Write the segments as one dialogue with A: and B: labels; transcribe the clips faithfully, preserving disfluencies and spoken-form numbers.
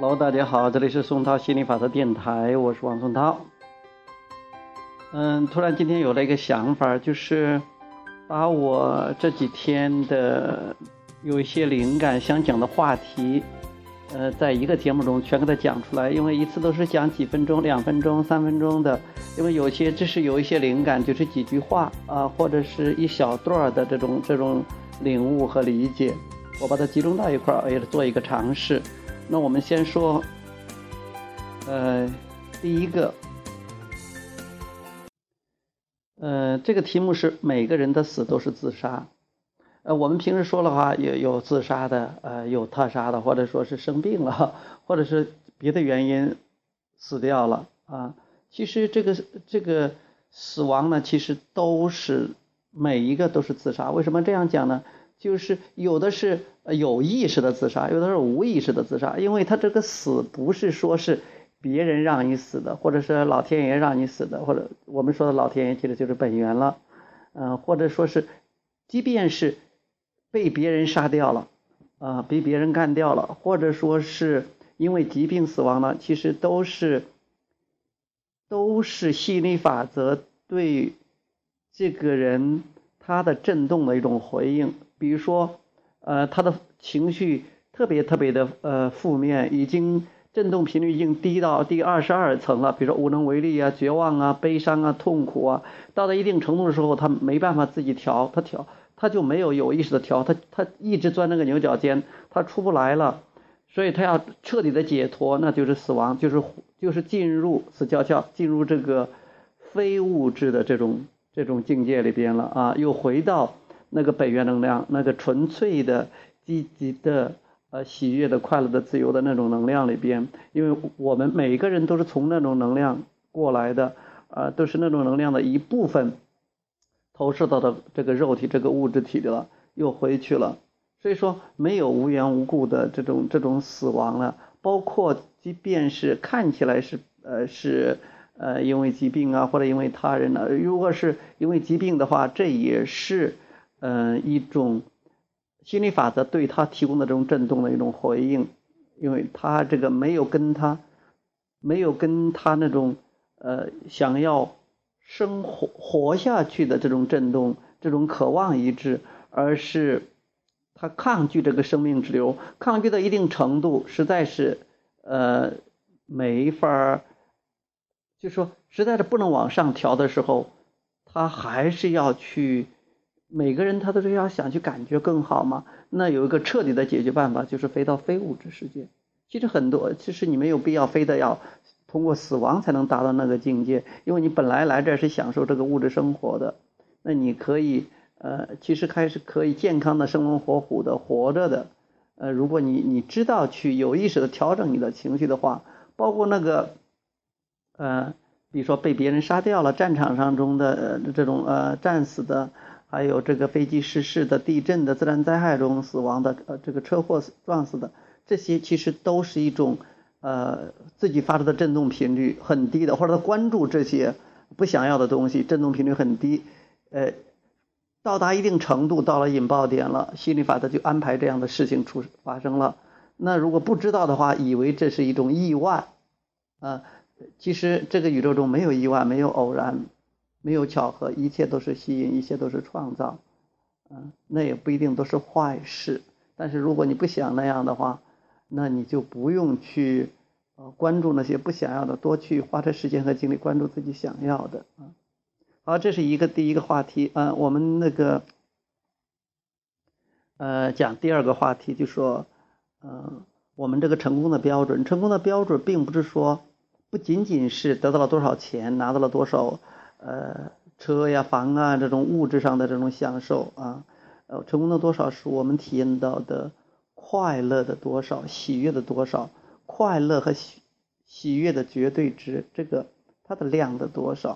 A: Hello，大家好，这里是松涛心理法则电台，我是王松涛。嗯，突然今天有了一个想法，就是把我这几天的有一些灵感想讲的话题，呃，在一个节目中全给它讲出来，因为一次都是讲几分钟、两分钟、三分钟的，因为有些这是有一些灵感，就是几句话啊、呃，或者是一小段的这种这种领悟和理解，我把它集中到一块儿，也做一个尝试。那我们先说，呃，第一个。呃，这个题目是每个人的死都是自杀。呃，我们平时说的话，有有自杀的，呃，有他杀的，或者说是生病了，或者是别的原因死掉了啊。其实这个这个死亡呢，其实都是每一个都是自杀。为什么这样讲呢？就是有的是有意识的自杀，有的是无意识的自杀，因为他这个死不是说是别人让你死的，或者是老天爷让你死的，或者我们说的老天爷其实就是本源了，嗯、呃，或者说是即便是被别人杀掉了啊、呃，被别人干掉了，或者说是因为疾病死亡了，其实都是都是吸引力法则对这个人他的震动的一种回应。比如说呃他的情绪特别特别的呃负面，已经振动频率已经低到第二十二层了，比如说无能为力啊、绝望啊、悲伤啊、痛苦啊，到了一定程度的时候，他没办法自己调，他调他就没有有意识的调，他他一直钻那个牛角尖，他出不来了，所以他要彻底的解脱，那就是死亡，就是就是进入死翘翘，进入这个非物质的这种这种境界里边了啊，又回到那个本源能量，那个纯粹的、积极的。呃，喜悦的、快乐的、自由的那种能量里边，因为我们每个人都是从那种能量过来的，呃，都是那种能量的一部分投射到的这个肉体、这个物质体里了，又回去了。所以说，没有无缘无故的这种这种死亡了，包括即便是看起来是呃是呃因为疾病啊，或者因为他人呢、啊，如果是因为疾病的话，这也是呃一种。心理法则对他提供的这种震动的一种回应，因为他这个没有跟他没有跟他那种呃想要生活活下去的这种震动、这种渴望一致，而是他抗拒这个生命之流，抗拒到一定程度，实在是呃没法，就说实在是不能往上调的时候，他还是要去。每个人他都是要想去感觉更好嘛，那有一个彻底的解决办法，就是飞到非物质世界。其实很多，其实你没有必要非得要通过死亡才能达到那个境界，因为你本来来这是享受这个物质生活的，那你可以呃，其实开始可以健康的生龙活虎的活着的，呃，如果你你知道去有意识的调整你的情绪的话，包括那个呃，比如说被别人杀掉了，战场上中的、呃、这种呃战死的。还有这个飞机失事的、地震的、自然灾害中死亡的、呃这个车祸撞死的，这些其实都是一种呃自己发出的振动频率很低的，或者他关注这些不想要的东西，振动频率很低，呃，到达一定程度，到了引爆点了，心理法则就安排这样的事情出发生了。那如果不知道的话，以为这是一种意外啊、呃，其实这个宇宙中没有意外，没有偶然。没有巧合，一切都是吸引，一切都是创造，嗯，那也不一定都是坏事。但是如果你不想那样的话，那你就不用去呃关注那些不想要的，多去花这时间和精力关注自己想要的啊。好，这是一个第一个话题啊、呃，我们那个呃讲第二个话题，就说呃我们这个成功的标准，成功的标准并不是说不仅仅是得到了多少钱，拿到了多少。呃，车呀、房啊，这种物质上的这种享受啊，呃，成功的多少是我们体验到的快乐的多少，喜悦的多少，快乐和喜喜悦的绝对值，这个它的量的多少。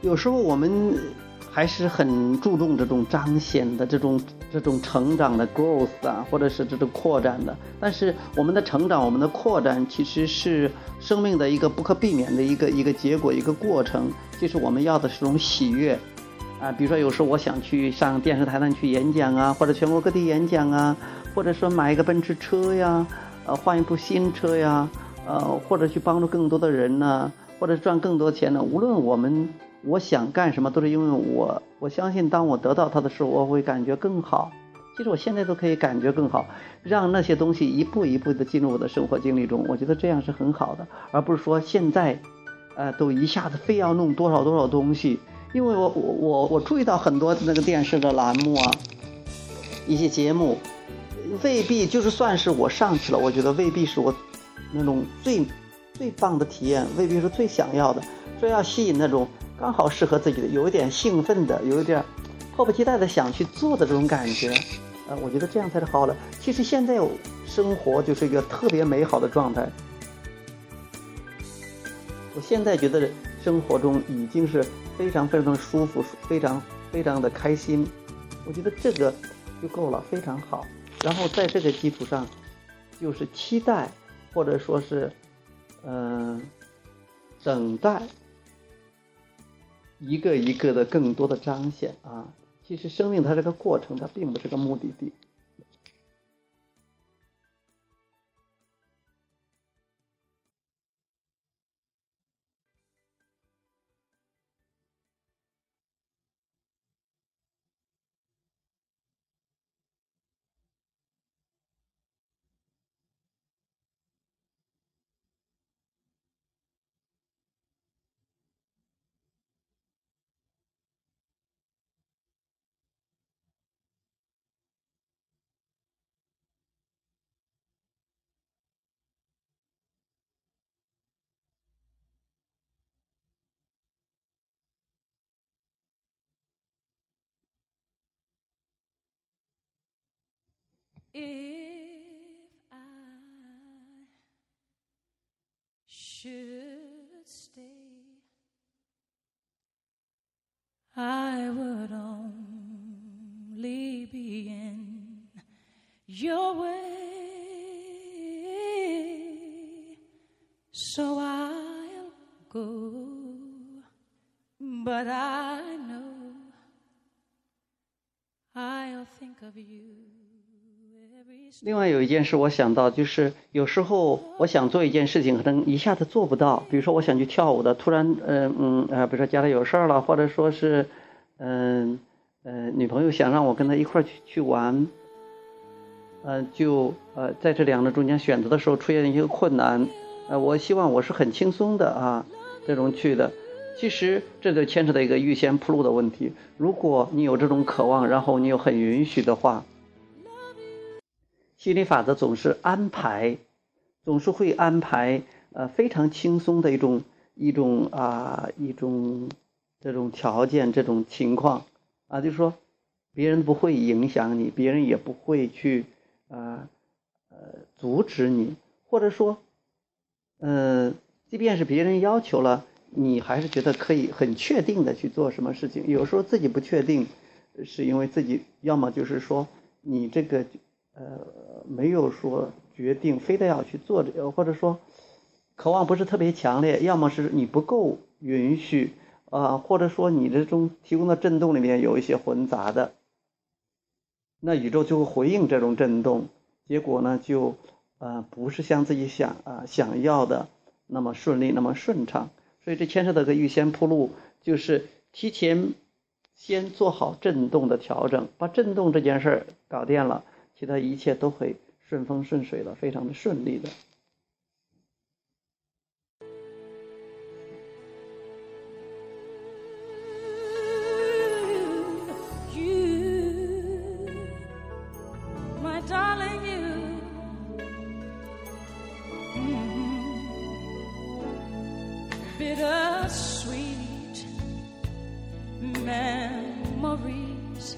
A: 有时候我们还是很注重这种彰显的这种这种成长的 growth 啊，或者是这种扩展的。但是我们的成长，我们的扩展，其实是生命的一个不可避免的一个一个结果，一个过程。其实我们要的是这种喜悦啊，比如说有时候我想去上电视台上去演讲啊，或者全国各地演讲啊，或者说买一个奔驰车呀，呃，换一部新车呀，呃，或者去帮助更多的人呢，或者赚更多钱呢。无论我们我想干什么，都是因为我我相信，当我得到它的时候，我会感觉更好。其实我现在都可以感觉更好，让那些东西一步一步的进入我的生活经历中，我觉得这样是很好的，而不是说现在，呃，都一下子非要弄多少多少东西。因为我我我我注意到很多那个电视的栏目啊，一些节目，未必就是算是我上去了，我觉得未必是我那种最最棒的体验，未必是最想要的，所以要吸引那种刚好适合自己的，有一点兴奋的，有一点迫不及待的想去做的这种感觉，呃，我觉得这样才是好的。其实现在生活就是一个特别美好的状态，我现在觉得生活中已经是非常非常的舒服，非常非常的开心，我觉得这个就够了，非常好。然后在这个基础上，就是期待或者说是，嗯、呃，等待一个一个的更多的彰显啊。其实生命它是个过程，它并不是个目的地。
B: If I should stay, I would only be in your way, so I'll go, but I know I'll think of you.
A: 另外有一件事我想到，就是有时候我想做一件事情，可能一下子做不到。比如说我想去跳舞的，突然呃嗯呃，比如说家里有事儿了，或者说是嗯 呃, 呃女朋友想让我跟她一块儿去去玩，呃就呃在这两个中间选择的时候出现一些困难，呃我希望我是很轻松的啊这种去的。其实这就牵扯到一个预先铺路的问题。如果你有这种渴望，然后你又很允许的话，心理法则总是安排，总是会安排呃非常轻松的一种一种啊、呃、一种这种条件，这种情况啊，就是说别人不会影响你，别人也不会去啊 呃, 呃阻止你，或者说呃即便是别人要求了，你还是觉得可以很确定的去做什么事情。有时候自己不确定，是因为自己要么就是说你这个呃，没有说决定非得要去做这个，或者说渴望不是特别强烈，要么是你不够允许，呃，或者说你这种提供的震动里面有一些混杂的，那宇宙就会回应这种震动，结果呢就呃不是像自己想啊、呃、想要的那么顺利，那么顺畅。所以这牵涉到个预先铺路，就是提前先做好震动的调整，把震动这件事儿搞定了，其他一切都会顺风顺水的，非常的顺利的。
B: Bittersweet memories,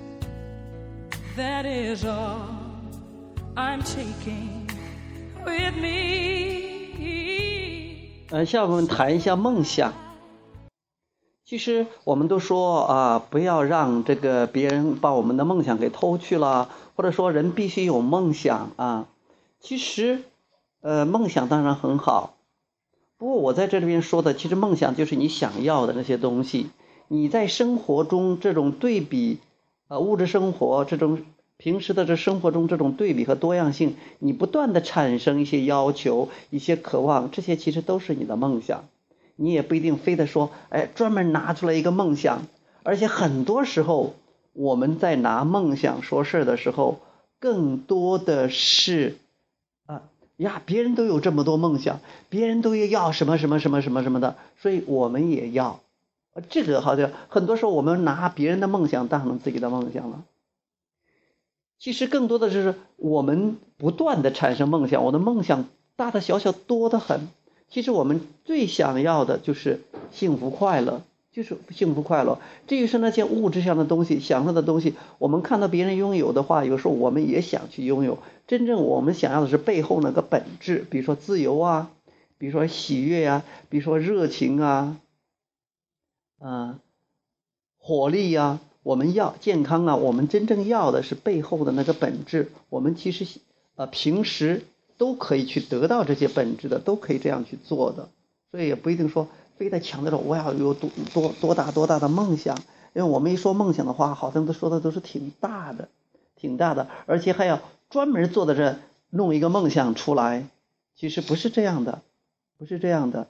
B: that is all I'm taking with me.
A: 呃，下面我们谈一下梦想。 其实我们都说啊，不要让这个别人把我们的梦想给偷去了，或者说人必须有梦想啊。其实，呃，梦想当然很好，不过我在这里边说的，其实梦想就是你想要的那些东西。你在生活中这种对比，呃，物质生活这种平时的这生活中这种对比和多样性，你不断的产生一些要求、一些渴望，这些其实都是你的梦想。你也不一定非得说，哎，专门拿出来一个梦想。而且很多时候我们在拿梦想说事的时候，更多的是啊呀，别人都有这么多梦想，别人都要什么什么什么什么什么的，所以我们也要。这个好像很多时候我们拿别人的梦想当成自己的梦想了。其实更多的就是我们不断的产生梦想，我的梦想大大小小多得很。其实我们最想要的就是幸福快乐，就是幸福快乐。至于是那些物质上的东西、享受的东西，我们看到别人拥有的话，有时候我们也想去拥有。真正我们想要的是背后那个本质，比如说自由啊，比如说喜悦啊，比如说热情啊，啊，活力啊，我们要健康啊，我们真正要的是背后的那个本质。我们其实呃平时都可以去得到这些本质的，都可以这样去做的。所以也不一定说非得强调着我要有多多多大多大的梦想，因为我们一说梦想的话，好像都说的都是挺大的，挺大的，而且还要专门做的这弄一个梦想出来。其实不是这样的，不是这样的。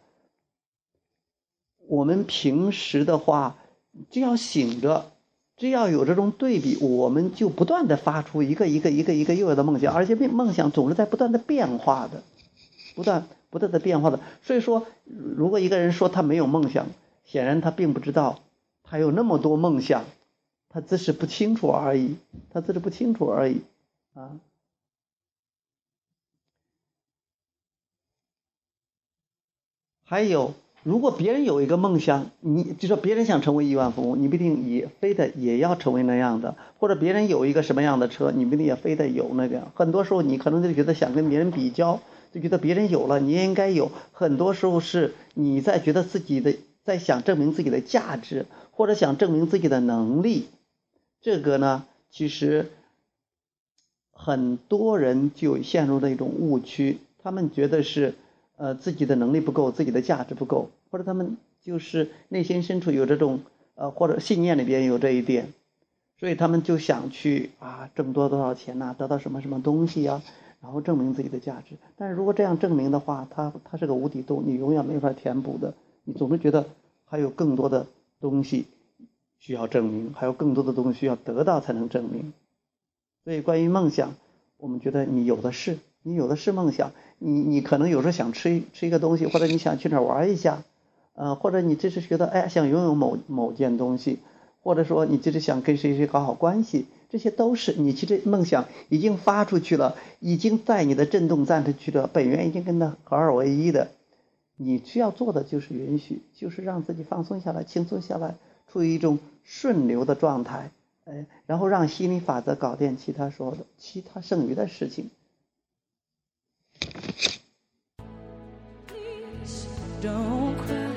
A: 我们平时的话，只要醒着，只要有这种对比，我们就不断的发出一个一个一个一个又有的梦想，而且梦想总是在不断的变化的，不断不断的变化的。所以说，如果一个人说他没有梦想，显然他并不知道他有那么多梦想，他自是不清楚而已，他自是不清楚而已啊。还有，如果别人有一个梦想，你就说别人想成为亿万富翁，你不一定也非得也要成为那样的，或者别人有一个什么样的车，你不一定也非得有那个。很多时候你可能就觉得想跟别人比较，就觉得别人有了你也应该有。很多时候是你在觉得自己的在想证明自己的价值，或者想证明自己的能力。这个呢，其实很多人就陷入了一种误区，他们觉得是呃，自己的能力不够，自己的价值不够，或者他们就是内心深处有这种呃，或者信念里边有这一点，所以他们就想去啊挣多多少钱呐、啊，得到什么什么东西呀、啊，然后证明自己的价值。但是如果这样证明的话，它它是个无底洞，你永远没法填补的。你总是觉得还有更多的东西需要证明，还有更多的东西需要得到才能证明。所以关于梦想，我们觉得你有的是。你有的是梦想，你你可能有时候想吃吃一个东西，或者你想去哪儿玩一下，呃，或者你只是觉得哎想拥有某某件东西，或者说你只是想跟谁谁搞好关系，这些都是你其实梦想已经发出去了，已经在你的振动站着去了，本源已经跟它合二为一的。你需要做的就是允许，就是让自己放松下来，轻松下来，处于一种顺流的状态，哎，然后让吸引力法则搞定其他所有的其他剩余的事情。
B: Please don't cry.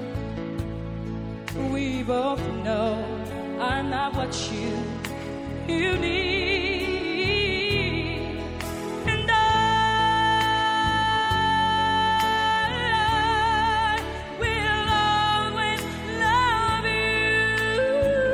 B: We both know I'm not what you you need, and I will always love you.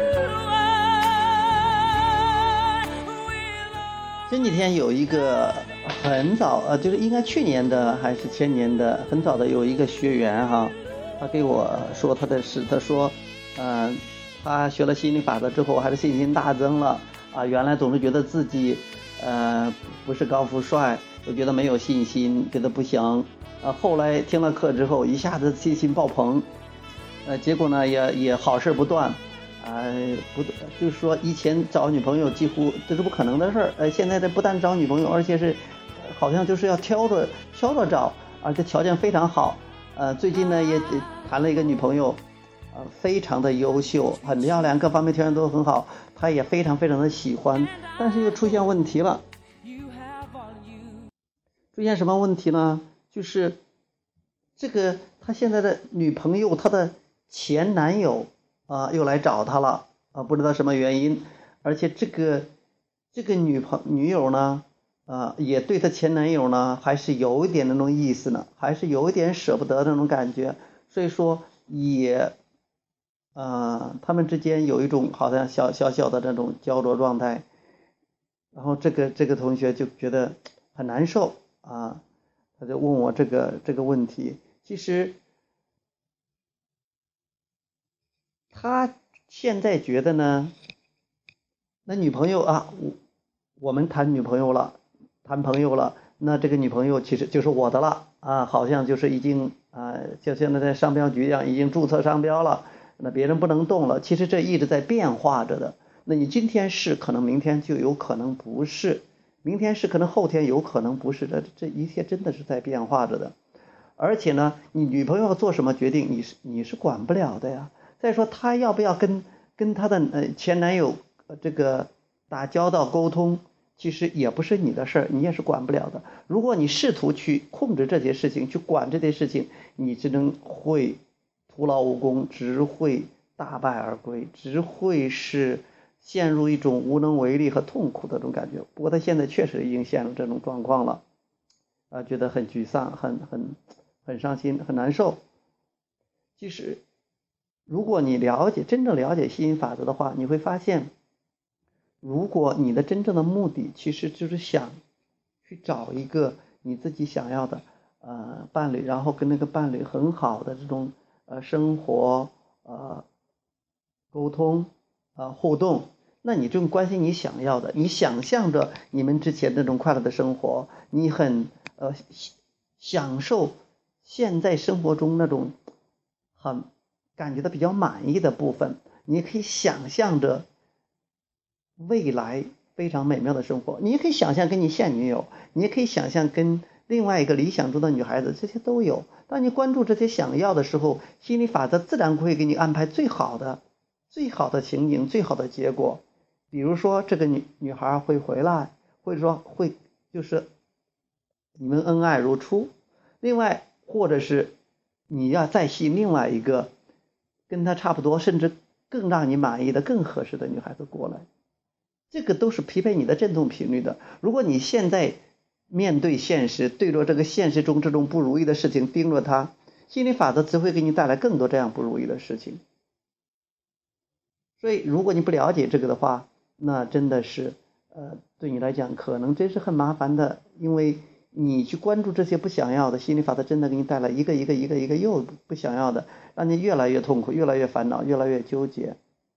B: I will always
A: 前几天有一个很早呃，就是应该去年的还是前年的，很早的有一个学员哈，他给我说他的事，他说，嗯、呃，他学了心理法则之后，还是信心大增了啊。原来总是觉得自己呃不是高富帅，就觉得没有信心，觉得不行啊。后来听了课之后，一下子信心爆棚，呃，结果呢也也好事不断。哎，不，就是说以前找女朋友几乎这是不可能的事儿，呃，现在这不但找女朋友，而且是好像就是要挑着挑着找，而且条件非常好。呃，最近呢也谈了一个女朋友，呃，非常的优秀，很漂亮，各方面条件都很好，他也非常非常的喜欢，但是又出现问题了。出现什么问题呢？就是这个他现在的女朋友，他的前男友啊，又来找他了啊，不知道什么原因，而且这个这个女朋女友呢，啊，也对她前男友呢还是有一点那种意思呢，还是有一点舍不得那种感觉，所以说也，呃，他们之间有一种好像小小小的这种焦灼状态，然后这个这个同学就觉得很难受啊，他就问我这个这个问题，其实他现在觉得呢，那女朋友啊，我我们谈女朋友了，谈朋友了，那这个女朋友其实就是我的了啊，好像就是已经啊，就现在在商标局一样，已经注册商标了，那别人不能动了。其实这一直在变化着的。那你今天是，可能明天就有可能不是，明天是，可能后天有可能不是的，这一切真的是在变化着的。而且呢，你女朋友要做什么决定，你是你是管不了的呀。再说她要不要跟跟她的呃前男友呃这个打交道沟通，其实也不是你的事儿，你也是管不了的。如果你试图去控制这些事情，去管这些事情，你只能会徒劳无功，只会大败而归，只会是陷入一种无能为力和痛苦的这种感觉。不过他现在确实已经陷入这种状况了，啊，觉得很沮丧，很很很伤心，很难受。其实，如果你了解真正了解吸引法则的话，你会发现，如果你的真正的目的其实就是想去找一个你自己想要的呃伴侣，然后跟那个伴侣很好的这种呃生活呃沟通呃互动，那你正关心你想要的，你想象着你们之前那种快乐的生活，你很呃享受现在生活中那种很感觉到比较满意的部分，你可以想象着未来非常美妙的生活，你也可以想象跟你现女友，你也可以想象跟另外一个理想中的女孩子，这些都有。当你关注这些想要的时候，心理法则自然会给你安排最好的最好的情景，最好的结果。比如说这个女女孩会回来，或者说会就是你们恩爱如初，另外或者是你要再吸引另外一个跟她差不多甚至更让你满意的更合适的女孩子过来，这个都是匹配你的振动频率的。如果你现在面对现实，对着这个现实中这种不如意的事情盯着它，心理法则只会给你带来更多这样不如意的事情。所以如果你不了解这个的话，那真的是呃对你来讲可能真是很麻烦的，因为你去关注这些不想要的，心理法则真的给你带来一个一个一个一个又不想要的，让你越来越痛苦，越来越烦恼，越来越纠结。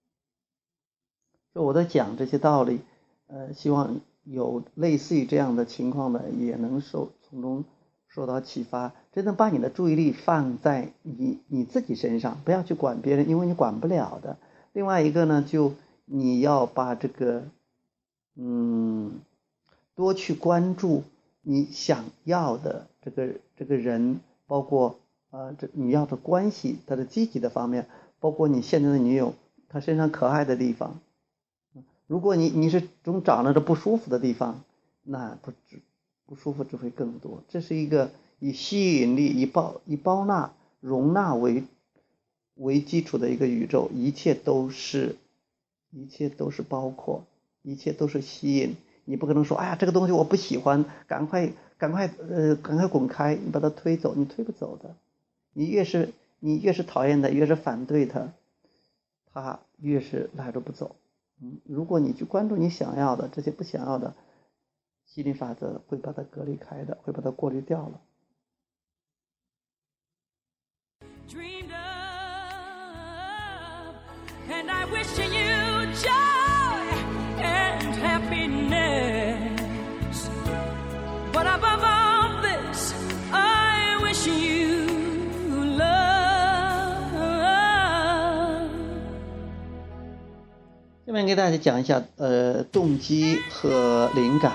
A: 所以我在讲这些道理，呃，希望有类似于这样的情况的也能受从中受到启发，真的把你的注意力放在你你自己身上，不要去管别人，因为你管不了的。另外一个呢，就你要把这个嗯多去关注你想要的这个这个人，包括呃这你要的关系，它的积极的方面，包括你现在的女友她身上可爱的地方。如果你你是总找那个不舒服的地方，那不不舒服只会更多。这是一个以吸引力、以包以包纳、容纳为为基础的一个宇宙，一切都是一切都是包括，一切都是吸引。你不可能说，哎呀，这个东西我不喜欢，赶快赶快呃赶快滚开，你把它推走，你推不走的。你越是你越是讨厌它，越是反对它，它越是赖着不走。嗯，如果你去关注你想要的，这些不想要的，吸引力法则会把它隔离开的，会把它过滤掉了。
B: Dreamed of, and I wish you joy and happiness. But above all this, I wish you love.
A: 下面给大家讲一下呃动机和灵感。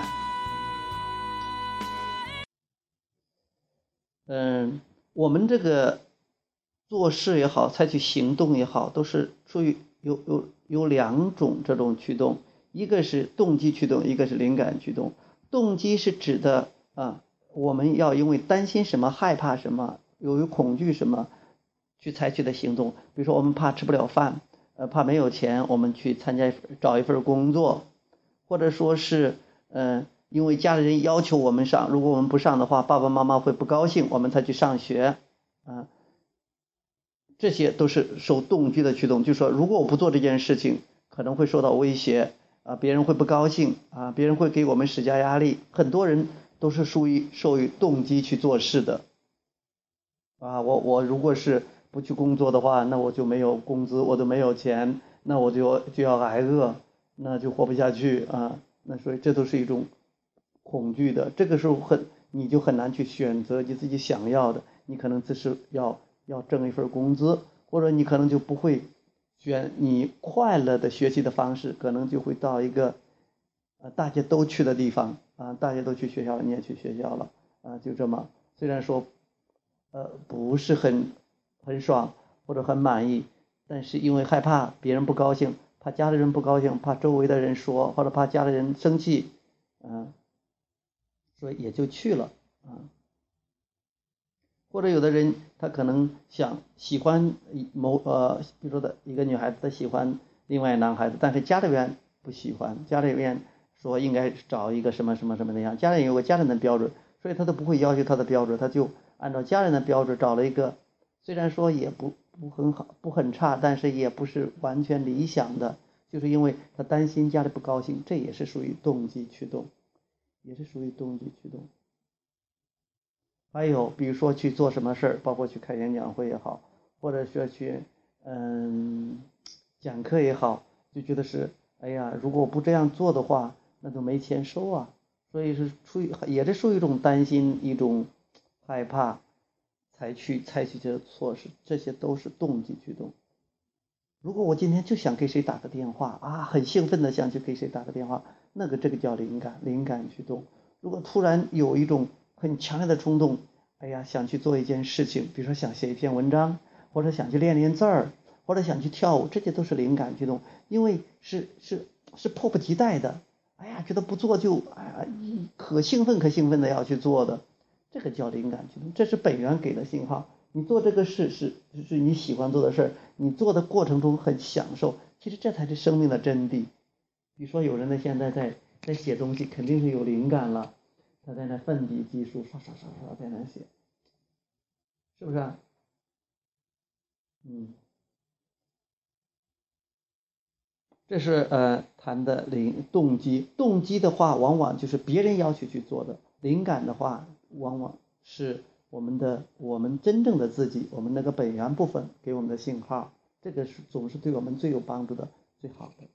A: 嗯，我们这个做事也好，采取行动也好，都是出于有有有两种这种驱动，一个是动机驱动，一个是灵感驱动。动机是指的啊，我们要因为担心什么、害怕什么、由于恐惧什么去采取的行动。比如说我们怕吃不了饭， 呃怕没有钱，我们去参加找一份工作，或者说是嗯、呃、因为家里人要求我们上，如果我们不上的话，爸爸妈妈会不高兴，我们才去上学啊。这些都是受动机的驱动，就是说如果我不做这件事情，可能会受到威胁啊，别人会不高兴啊，别人会给我们施加压力。很多人都是属于受于动机去做事的啊。我我如果是不去工作的话，那我就没有工资，我就没有钱，那我就就要挨饿，那就活不下去啊。那所以这都是一种恐惧的，这个时候很你就很难去选择你自己想要的，你可能只是要要挣一份工资，或者你可能就不会选你快乐的学习的方式，可能就会到一个呃大家都去的地方啊，大家都去学校了，你也去学校了啊，就这么虽然说呃不是很很爽或者很满意，但是因为害怕别人不高兴，怕家里人不高兴，怕周围的人说，或者怕家里人生气，嗯、啊，所以也就去了啊。或者有的人他可能想喜欢某呃，比如说的一个女孩子她喜欢另外男孩子，但是家里边不喜欢，家里边说应该找一个什么什么什么那样，家里有个家人的标准，所以他都不会要求他的标准，他就按照家人的标准找了一个，虽然说也不不很好，不很差，但是也不是完全理想的，就是因为他担心家里不高兴，这也是属于动机驱动，也是属于动机驱动。还有比如说去做什么事儿，包括去开演讲会也好，或者说去嗯讲课也好，就觉得是哎呀，如果不这样做的话，那就没钱收啊，所以是出于也是属于一种担心，一种害怕才去采取这个措施，这些都是动机驱动。如果我今天就想给谁打个电话啊，很兴奋的想去给谁打个电话，那个这个叫灵感，灵感驱动。如果突然有一种很强烈的冲动，哎呀，想去做一件事情，比如说想写一篇文章，或者想去练练字儿，或者想去跳舞，这些都是灵感驱动，因为是是是迫不及待的，哎呀，觉得不做就哎呀可兴奋可兴奋的要去做的，这个叫灵感驱动，这是本源给的信号。你做这个事是是你喜欢做的事儿，你做的过程中很享受，其实这才是生命的真谛。比如说有人呢现在在在写东西，肯定是有灵感了，他在那奋笔疾书，刷刷刷刷在那写，是不是啊？嗯，这是呃谈的灵动机，动机的话往往就是别人要求去做的，灵感的话往往是我们的我们真正的自己，我们那个本源部分给我们的信号，这个是总是对我们最有帮助的，最好的。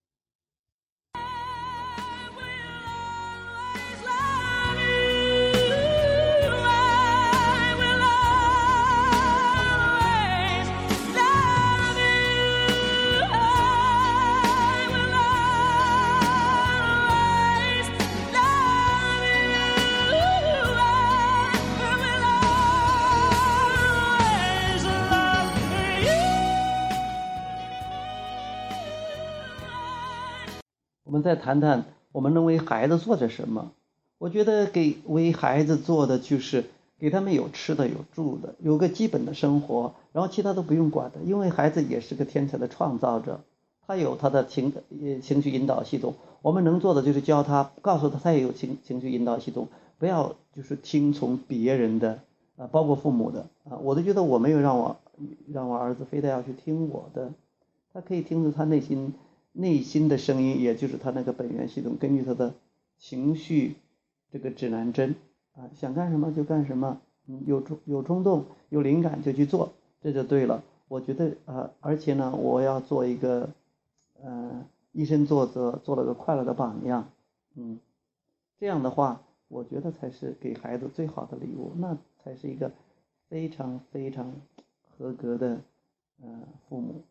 A: 我们再谈谈我们能为孩子做点什么。我觉得给为孩子做的就是给他们有吃的有住的，有个基本的生活，然后其他都不用管的，因为孩子也是个天才的创造者，他有他的情情绪引导系统，我们能做的就是教他，告诉他他也有情情绪引导系统，不要就是听从别人的啊，包括父母的啊，我都觉得我没有让我让我儿子非得要去听我的，他可以听从他内心内心的声音，也就是他那个本源系统，根据他的情绪这个指南针啊，想干什么就干什么，嗯，有冲有冲动有灵感就去做，这就对了。我觉得呃，而且呢，我要做一个呃以身作则，做了个快乐的榜样，嗯，这样的话，我觉得才是给孩子最好的礼物，那才是一个非常非常合格的呃父母。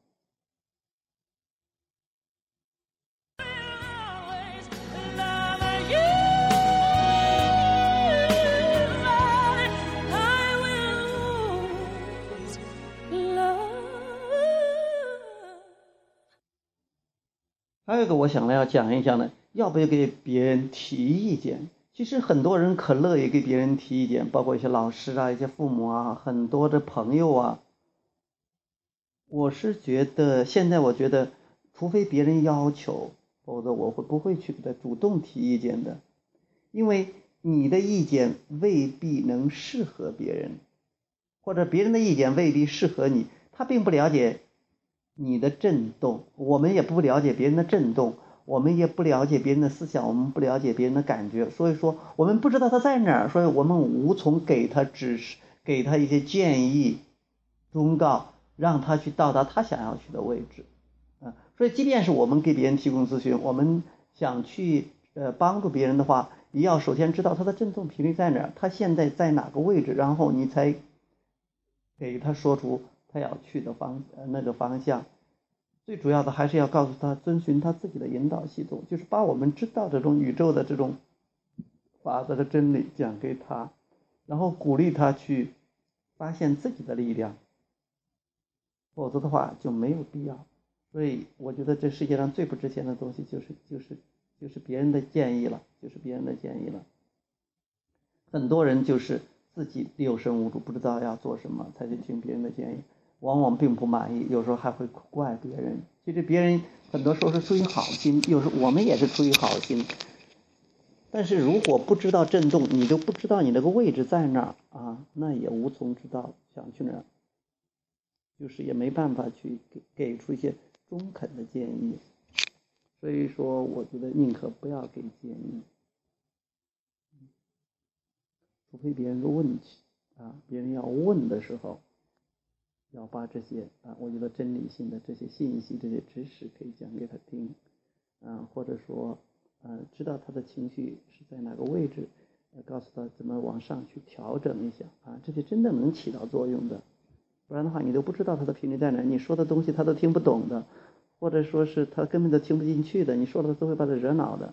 A: 还有一个我想了要讲一讲呢，要不要给别人提意见？其实很多人可乐意给别人提意见，包括一些老师啊、一些父母啊、很多的朋友啊。 我是觉得现在我觉得，除非别人要求，否则我会不会去给他主动提意见的，因为你的意见未必能适合别人，或者别人的意见未必适合你，他并不了解你的震动，我们也不了解别人的震动，我们也不了解别人的思想，我们不了解别人的感觉，所以说我们不知道他在哪儿，所以我们无从给他指示，给他一些建议忠告，让他去到达他想要去的位置啊。所以即便是我们给别人提供咨询，我们想去呃帮助别人的话，也要首先知道他的振动频率在哪儿，他现在在哪个位置，然后你才给他说出他要去的方呃那个方向。最主要的还是要告诉他遵循他自己的引导系统，就是把我们知道这种宇宙的这种法则的真理讲给他，然后鼓励他去发现自己的力量，否则的话就没有必要。所以我觉得这世界上最不值钱的东西就是就是就是别人的建议了，就是别人的建议了。很多人就是自己六神无主，不知道要做什么，才去听别人的建议，往往并不满意，有时候还会怪别人。其实别人很多时候是出于好心，有时候我们也是出于好心。但是如果不知道震动，你就不知道你这个位置在哪儿啊，那也无从知道想去哪儿，就是也没办法去给给出一些中肯的建议。所以说，我觉得宁可不要给建议，除非别人的问题啊，别人要问的时候，要把这些啊，我觉得真理性的这些信息、这些知识可以讲给他听啊，或者说呃，知道他的情绪是在哪个位置，呃，告诉他怎么往上去调整一下啊，这些真的能起到作用的。不然的话，你都不知道他的频率在哪，你说的东西他都听不懂的，或者说是他根本都听不进去的，你说了都会把他惹恼的。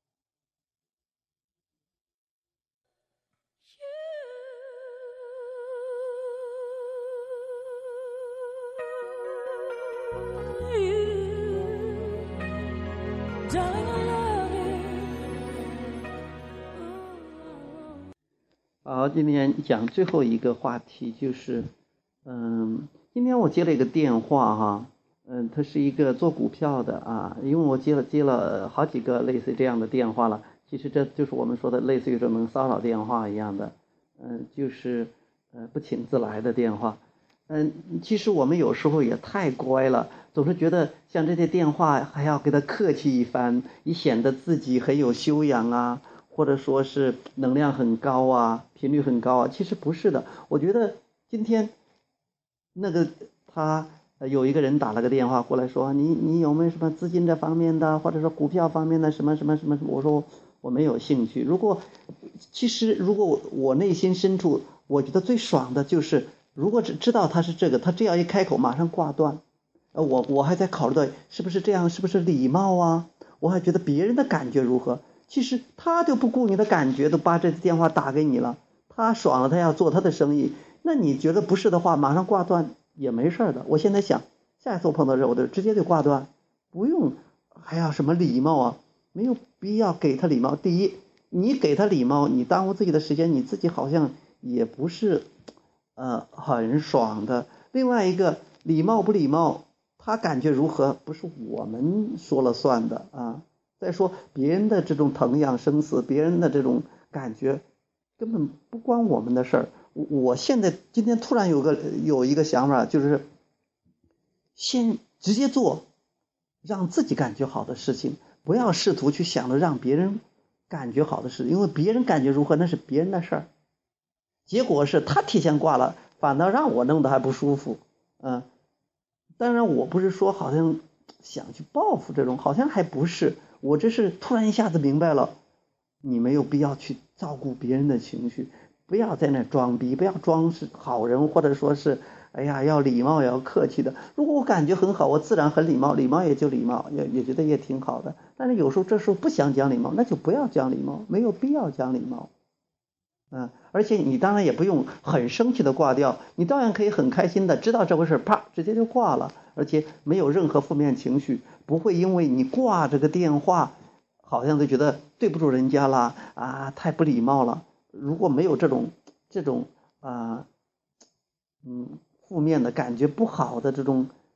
A: 好，今天讲最后一个话题就是，嗯，今天我接了一个电话哈，嗯，他是一个做股票的啊，因为我接了接了好几个类似这样的电话了，其实这就是我们说的类似于这种骚扰电话一样的，嗯，就是呃不请自来的电话，嗯，其实我们有时候也太乖了，总是觉得像这些电话还要给他客气一番，以显得自己很有修养啊。或者说是能量很高啊，频率很高啊，其实不是的。我觉得今天那个他有一个人打了个电话过来说，你你有没有什么资金这方面的，或者说股票方面的什么什么什么什么？我说我没有兴趣。如果其实如果我内心深处，我觉得最爽的就是，如果只知道他是这个，他这样一开口马上挂断，呃，我我还在考虑到是不是这样，是不是礼貌啊？我还觉得别人的感觉如何？其实他就不顾你的感觉，都把这电话打给你了，他爽了，他要做他的生意，那你觉得不是的话，马上挂断也没事的。我现在想，下一次我碰到这我就直接就挂断，不用还要什么礼貌啊，没有必要给他礼貌。第一，你给他礼貌，你耽误自己的时间，你自己好像也不是呃很爽的。另外一个，礼貌不礼貌，他感觉如何，不是我们说了算的啊。再说别人的这种疼仰生死，别人的这种感觉根本不关我们的事儿。我现在今天突然有个有一个想法，就是先直接做让自己感觉好的事情，不要试图去想着让别人感觉好的事，因为别人感觉如何那是别人的事儿，结果是他提前挂了，反倒让我弄得还不舒服。嗯，当然我不是说好像想去报复这种，好像还不是。我这是突然一下子明白了，你没有必要去照顾别人的情绪，不要在那装逼，不要装是好人，或者说是哎呀要礼貌要客气的。如果我感觉很好，我自然很礼貌，礼貌也就礼貌，也也觉得也挺好的。但是有时候这时候不想讲礼貌，那就不要讲礼貌，没有必要讲礼貌。嗯，而且你当然也不用很生气的挂掉，你当然可以很开心的知道这回事，啪直接就挂了，而且没有任何负面情绪，不会因为你挂这个电话好像就觉得对不住人家啦啊，太不礼貌了。如果没有这种这种啊嗯负面的感觉不好的这种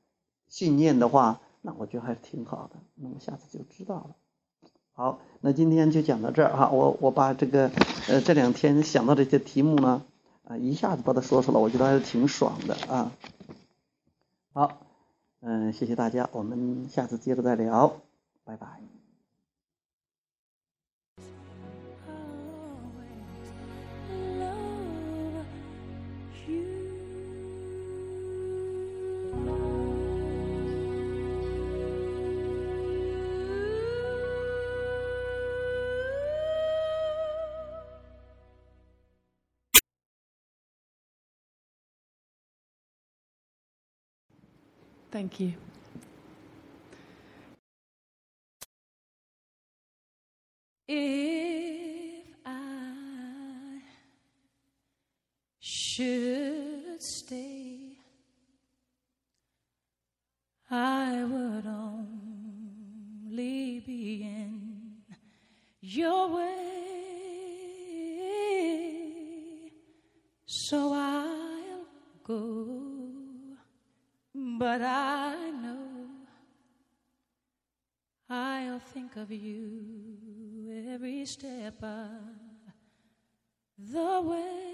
A: 信念的话，那我觉得还是挺好的，那么下次就知道了。好，那今天就讲到这儿哈，我我把这个呃这两天想到这些题目呢，啊一下子把它说出来，我觉得还是挺爽的啊。好，嗯、呃，谢谢大家，我们下次接着再聊，拜拜。
B: Thank you. If I should stay, I would only be in your way, so I'll go. But I know I'll think of you every step of the way.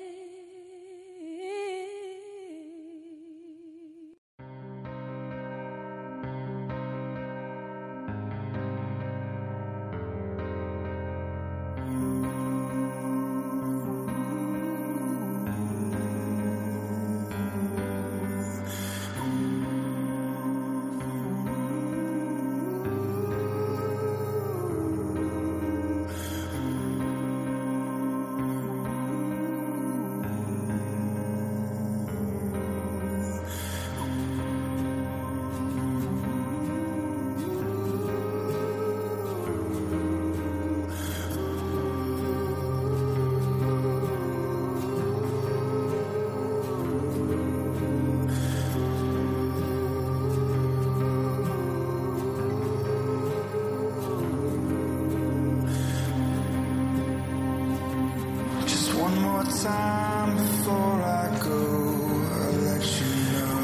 C: Time before I go, I'll let you know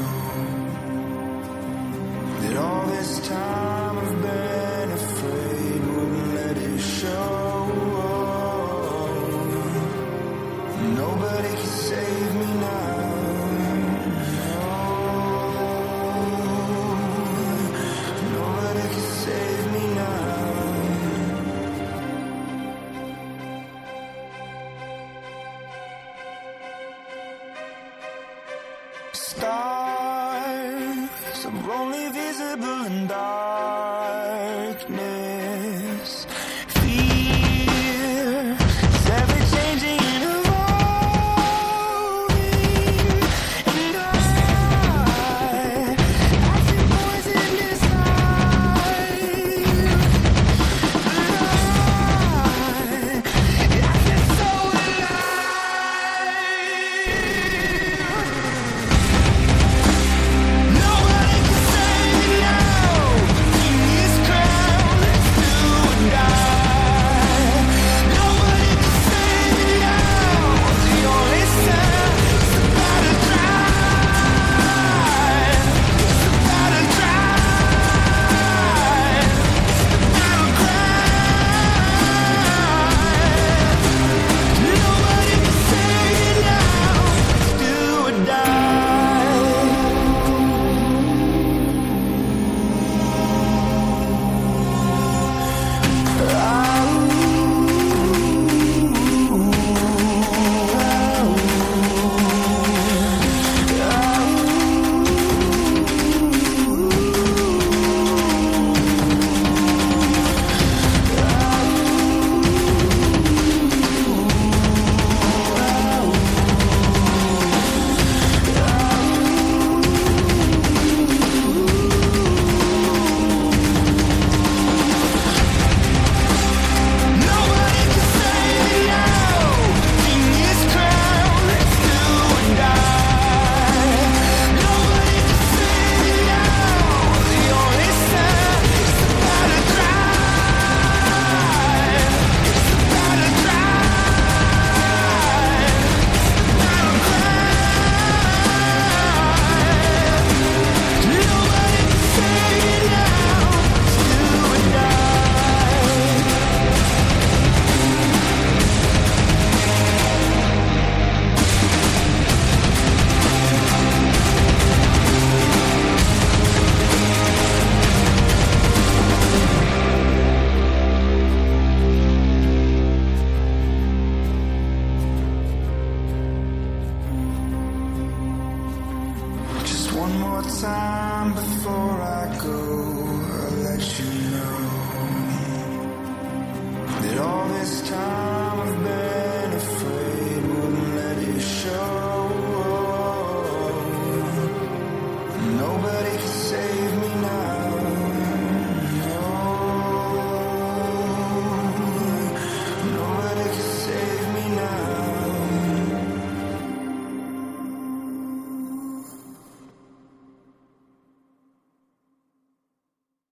C: that all this time I've been afraid wouldn't let it show. Nobody can save me now. No, nobody can save me now. Stars are only visible in darkness. Fear is ever changing and evolving. And I, I feel poison inside. But I, I feel so alive. Nobody can save me now. In this crowd. one more time before I go, I'll let you know that all this time